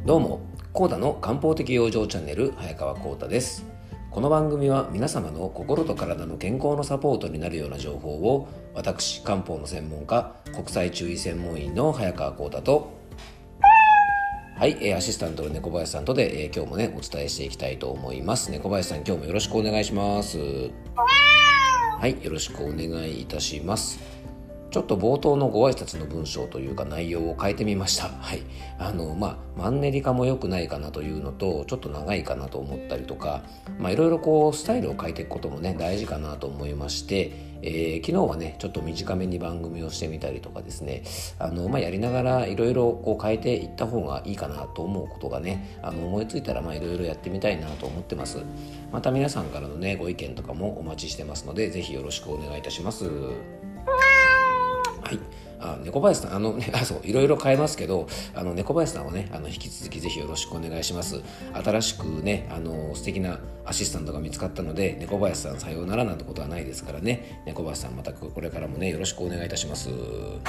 どうも、コーダの漢方的養生チャンネル、早川コーダです。この番組は皆様の心と体の健康のサポートになるような情報を、私、漢方の専門家、国際中医専門医の早川コーダとアシスタントの猫林さんとで、今日もねお伝えしていきたいと思います。猫林さん、今日もよろしくお願いします。よろしくお願いいたします。ちょっと冒頭のご挨拶の文章というか内容を変えてみました。マンネリ化も良くないかなというのと、ちょっと長いかなと思ったりとか、いろいろスタイルを変えていくこともね大事かなと思いまして、昨日はねちょっと短めに番組をしてみたりとかですね、やりながらいろいろ変えていった方がいいかなと思うことがね、思いついたらいろいろやってみたいなと思ってます。また皆さんからのねご意見とかもお待ちしてますので、ぜひよろしくお願いいたします。猫林さん、いろいろ変えますけど、猫林さんをね引き続きぜひよろしくお願いします。新しくね素敵なアシスタントが見つかったので、猫林さんさようならなんてことはないですからね。猫林さん、またこれからもねよろしくお願いいたします。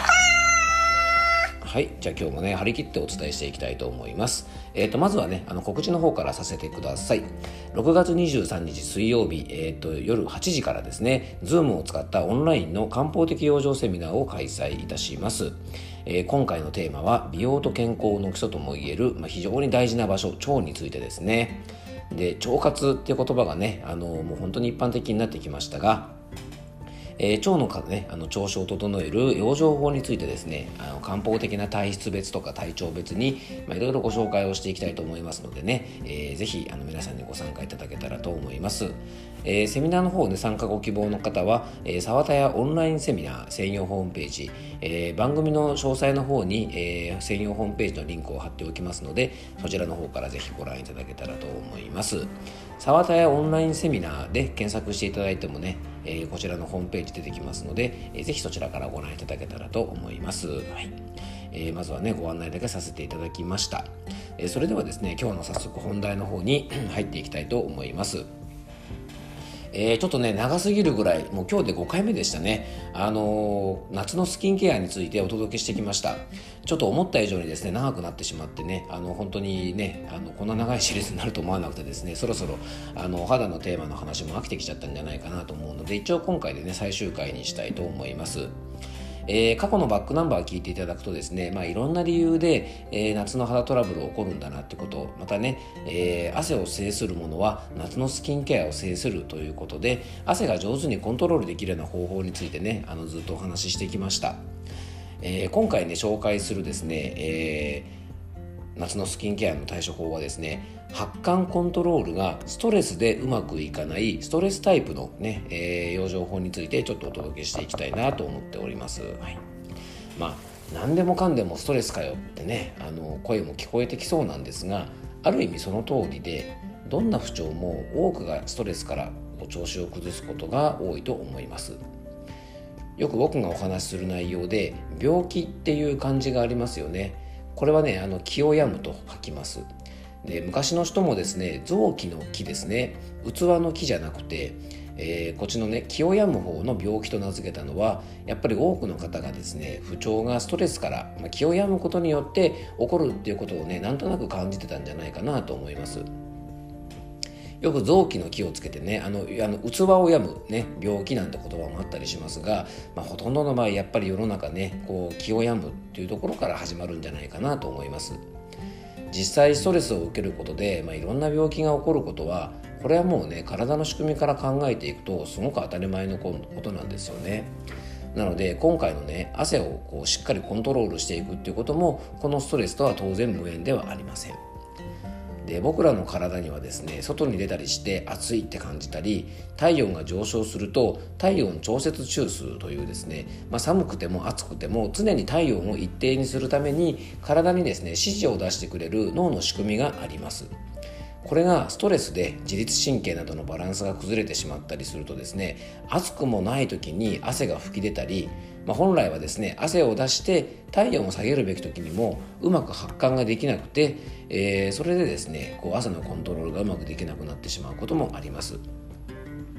じゃあ今日もね張り切ってお伝えしていきたいと思います。まずはね告知の方からさせてください。6月23日水曜日、夜8時からですね、Zoom を使ったオンラインの漢方的養生セミナーを開催いたします。今回のテーマは美容と健康の基礎ともいえる、非常に大事な場所、腸についてですね。で、腸活っていう言葉がねもう本当に一般的になってきましたが、腸の調子を整える養生法についてですね、漢方的な体質別とか体調別にいろいろご紹介をしていきたいと思いますのでね、ぜひ皆さんにご参加いただけたらと思います。セミナーの方で参加ご希望の方は、沢田屋オンラインセミナー専用ホームページ、番組の詳細の方に、専用ホームページのリンクを貼っておきますので、そちらの方からぜひご覧いただけたらと思います。沢田屋オンラインセミナーで検索していただいてもね、こちらのホームページ出てきますので、ぜひそちらからご覧いただけたらと思います。まずはねご案内だけさせていただきました。それではですね、今日の早速本題の方に入っていきたいと思います。ちょっとね長すぎるぐらい、もう今日で5回目でしたね。夏のスキンケアについてお届けしてきました。ちょっと思った以上にですね長くなってしまってね、本当にねこんな長いシリーズになると思わなくてですね、そろそろお肌のテーマの話も飽きてきちゃったんじゃないかなと思うので、一応今回でね最終回にしたいと思います。過去のバックナンバー聞いていただくとですね、いろんな理由で、夏の肌トラブル起こるんだなってこと、またね、汗を制するものは夏のスキンケアを制するということで、汗が上手にコントロールできるような方法についてねずっとお話ししてきました。今回ね紹介するですね、夏のスキンケアの対処法はですね、発汗コントロールがストレスでうまくいかないストレスタイプのね、養生法についてちょっとお届けしていきたいなと思っております。何でもかんでもストレスかよってね声も聞こえてきそうなんですが、ある意味その通りで、どんな不調も多くがストレスから調子を崩すことが多いと思います。よく僕がお話しする内容で病気っていう漢字がありますよね。これはね気を病むと書きます。で、昔の人もですね、臓器の気ですね、器の気じゃなくて、こっちのね気を病む方の病気と名付けたのは、やっぱり多くの方がですね不調がストレスから、気を病むことによって起こるっていうことをねなんとなく感じてたんじゃないかなと思います。よく臓器の気をつけてね器を病む、ね、病気なんて言葉もあったりしますが、ほとんどの場合やっぱり世の中ね気を病むっていうところから始まるんじゃないかなと思います。実際ストレスを受けることで、いろんな病気が起こることは、これはもうね体の仕組みから考えていくとすごく当たり前のことなんですよね。なので今回のね汗をしっかりコントロールしていくっていうことも、このストレスとは当然無縁ではありません。で、僕らの体にはですね、外に出たりして暑いって感じたり、体温が上昇すると体温調節中枢というですね、寒くても暑くても常に体温を一定にするために体にですね指示を出してくれる脳の仕組みがあります。これがストレスで自律神経などのバランスが崩れてしまったりするとですね、暑くもない時に汗が噴き出たり、本来はですね汗を出して体温を下げるべき時にもうまく発汗ができなくて、それでですね汗のコントロールがうまくできなくなってしまうこともあります。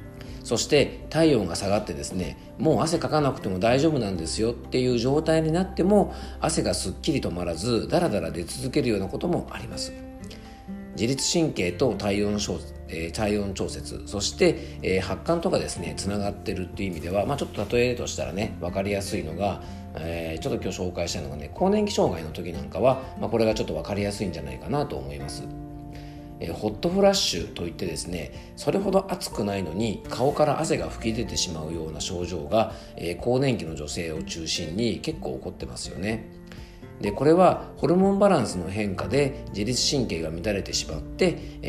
そして体温が下がってですね、もう汗かかなくても大丈夫なんですよっていう状態になっても、汗がすっきり止まらずダラダラ出続けるようなこともあります。自律神経と体温調節、そして、発汗とかですねつながってるっていう意味では、ちょっと例えとしたらね分かりやすいのが、ちょっと今日紹介したいのがね、更年期障害の時なんかは、これがちょっと分かりやすいんじゃないかなと思います。ホットフラッシュといってですね、それほど暑くないのに顔から汗が噴き出てしまうような症状が、更年期の女性を中心に結構起こってますよね。でこれはホルモンバランスの変化で自律神経が乱れてしまって、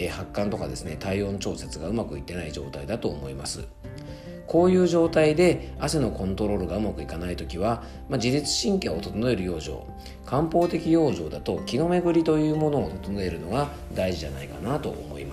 発汗とかですね体温調節がうまくいってない状態だと思います。こういう状態で汗のコントロールがうまくいかないときは、自律神経を整える養生、漢方的養生だと気の巡りというものを整えるのが大事じゃないかなと思います。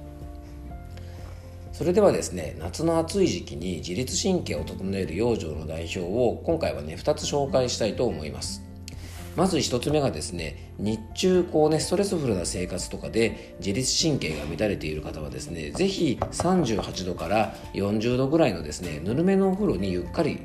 それではですね、夏の暑い時期に自律神経を整える養生の代表を今回はね2つ紹介したいと思います。まず1つ目がですね、日中ストレスフルな生活とかで自律神経が乱れている方はですね、ぜひ38度から40度ぐらいのですねぬるめのお風呂にゆっくり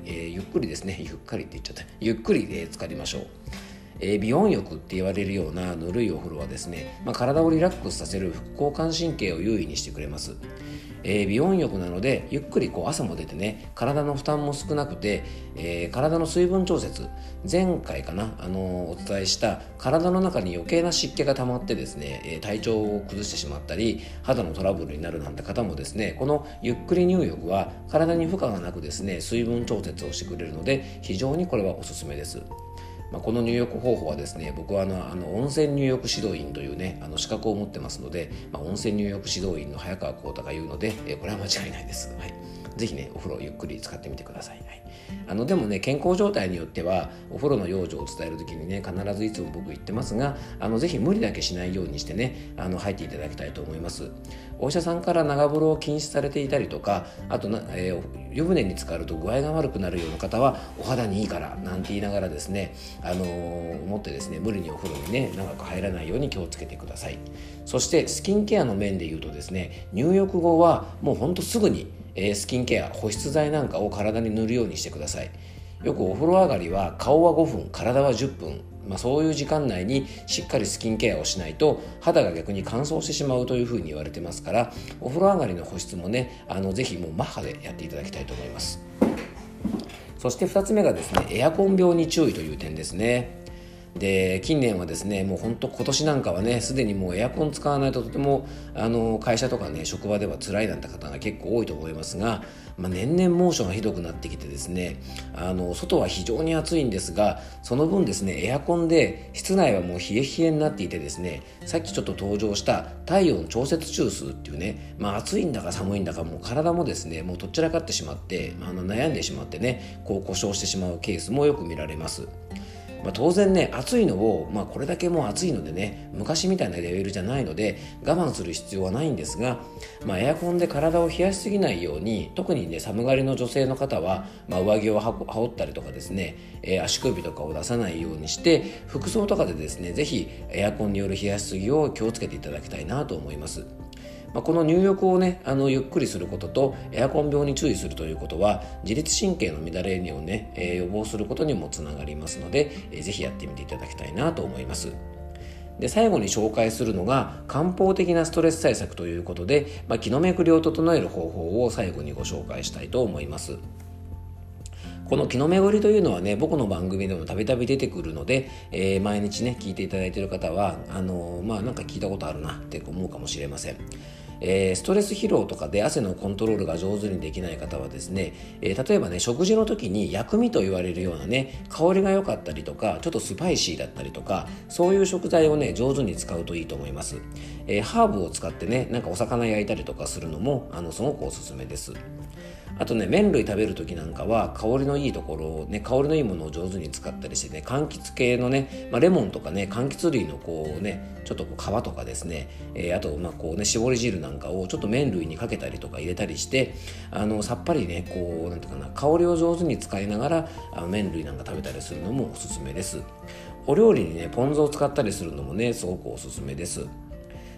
浸かりましょう。美温浴って言われるようなぬるいお風呂はですね、体をリラックスさせる副交感神経を優位にしてくれます。美温浴なのでゆっくり汗も出てね、体の負担も少なくて、体の水分調節、前回お伝えした体の中に余計な湿気が溜まってですね、体調を崩してしまったり肌のトラブルになるなんて方もですね、このゆっくり入浴は体に負荷がなくですね水分調節をしてくれるので、非常にこれはおすすめです。この入浴方法はですね、僕は温泉入浴指導員というね資格を持ってますので、温泉入浴指導員の早川幸太が言うので、これは間違いないです。はい、ぜひねお風呂ゆっくり使ってみてください。はい、でもね健康状態によってはお風呂の養生を伝える時にね、必ずいつも僕言ってますが、ぜひ無理だけしないようにしてね入っていただきたいと思います。お医者さんから長風呂を禁止されていたりとか、あと湯船に浸かると具合が悪くなるような方はお肌にいいからなんて言いながらですね、思ってですね無理にお風呂にね長く入らないように気をつけてください。そしてスキンケアの面で言うとですね、入浴後はもうほんとすぐにスキンケア、保湿剤なんかを体に塗るようにしてください。よくお風呂上がりは顔は5分体は10分、そういう時間内にしっかりスキンケアをしないと肌が逆に乾燥してしまうというふうに言われてますから、お風呂上がりの保湿もねぜひもうマッハでやっていただきたいと思います。そして2つ目がですね、エアコン病に注意という点ですね。で近年はですね、もう本当今年なんかはねすでにもうエアコン使わないととても会社とかね職場では辛いなんて方が結構多いと思いますが、年々猛暑がひどくなってきてですね、外は非常に暑いんですが、その分ですねエアコンで室内はもう冷え冷えになっていてですね、さっきちょっと登場した体温調節中枢っていうね、暑いんだか寒いんだかもう体もですねもうどっちらかってしまって、悩んでしまってね故障してしまうケースもよく見られます。当然ね暑いのを、これだけもう暑いのでね昔みたいなレベルじゃないので我慢する必要はないんですが、エアコンで体を冷やしすぎないように、特にね寒がりの女性の方は、上着を羽織ったりとかですね、足首とかを出さないようにして服装とかでですねぜひエアコンによる冷やしすぎを気をつけていただきたいなと思います。この入浴をねゆっくりすることとエアコン病に注意するということは自律神経の乱れをね、予防することにもつながりますので、ぜひやってみていただきたいなと思います。で最後に紹介するのが漢方的なストレス対策ということで、気の巡りを整える方法を最後にご紹介したいと思います。この気の巡りというのはね僕の番組でもたびたび出てくるので、毎日ね聞いていただいている方はなんか聞いたことあるなって思うかもしれません。ストレス疲労とかで汗のコントロールが上手にできない方はですね、例えばね食事の時に薬味と言われるようなね香りが良かったりとかちょっとスパイシーだったりとか、そういう食材をね上手に使うといいと思います。ハーブを使ってねなんかお魚焼いたりとかするのもすごくおすすめです。あとね麺類食べる時なんかは香りのいいところをね、香りのいいものを上手に使ったりしてね、柑橘系のね、レモンとかね柑橘類のちょっと皮とかですね、あと絞り汁なんかをちょっと麺類にかけたりとか入れたりしてさっぱりねなんていうかな、香りを上手に使いながら麺類なんか食べたりするのもおすすめです。お料理にねポン酢を使ったりするのもねすごくおすすめです。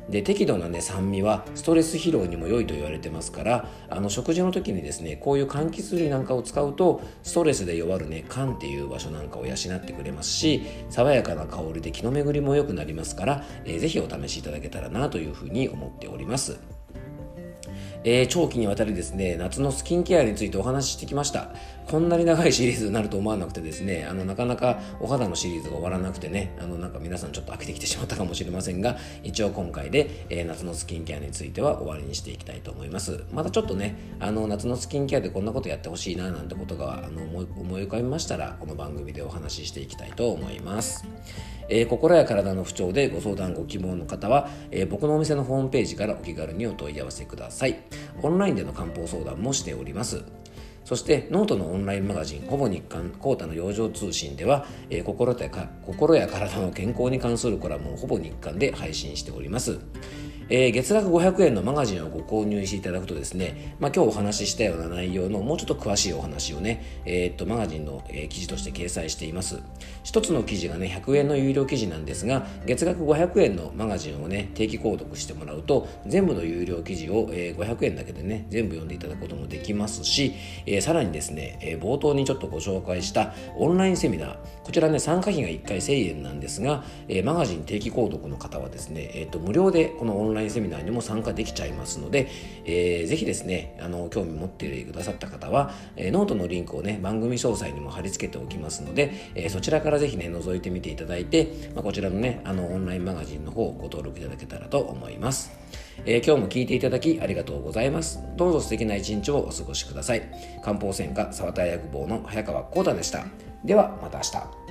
で、適度なね酸味はストレス疲労にも良いと言われてますから、食事の時にですねこういう柑橘類なんかを使うとストレスで弱るね肝っていう場所なんかを養ってくれますし、爽やかな香りで気の巡りも良くなりますから、ぜひお試しいただけたらなというふうに思っております。長期にわたりですね夏のスキンケアについてお話ししてきました。こんなに長いシリーズになると思わなくてですね、なかなかお肌のシリーズが終わらなくてね、なんか皆さんちょっと飽きてきてしまったかもしれませんが、一応今回で、夏のスキンケアについては終わりにしていきたいと思います。またちょっとね夏のスキンケアでこんなことやってほしいななんてことが思い浮かびましたら、この番組でお話ししていきたいと思います。心や体の不調でご相談ご希望の方は、僕のお店のホームページからお気軽にお問い合わせください。オンラインでの漢方相談もしております。そしてノートのオンラインマガジンほぼ日刊コータの養生通信では、心や体の健康に関するコラムをほぼ日刊で配信しております。月額500円のマガジンをご購入していただくとですね、今日お話ししたような内容のもうちょっと詳しいお話をね、マガジンの、記事として掲載しています。一つの記事がね100円の有料記事なんですが、月額500円のマガジンをね定期購読してもらうと全部の有料記事を、500円だけでね全部読んでいただくこともできますし、さらにですね、冒頭にちょっとご紹介したオンラインセミナー、こちらね参加費が1回1000円なんですが、マガジン定期購読の方はですね、無料でこのオンラインセミナーにも参加できちゃいますので、ぜひですね興味持ってくださった方は、ノートのリンクをね番組詳細にも貼り付けておきますので、そちらからぜひね覗いてみていただいて、こちらのねオンラインマガジンの方をご登録いただけたらと思います。今日も聞いていただきありがとうございます。どうぞ素敵な一日をお過ごしください。漢方専科沢田薬房の早川浩太でした。ではまた明日。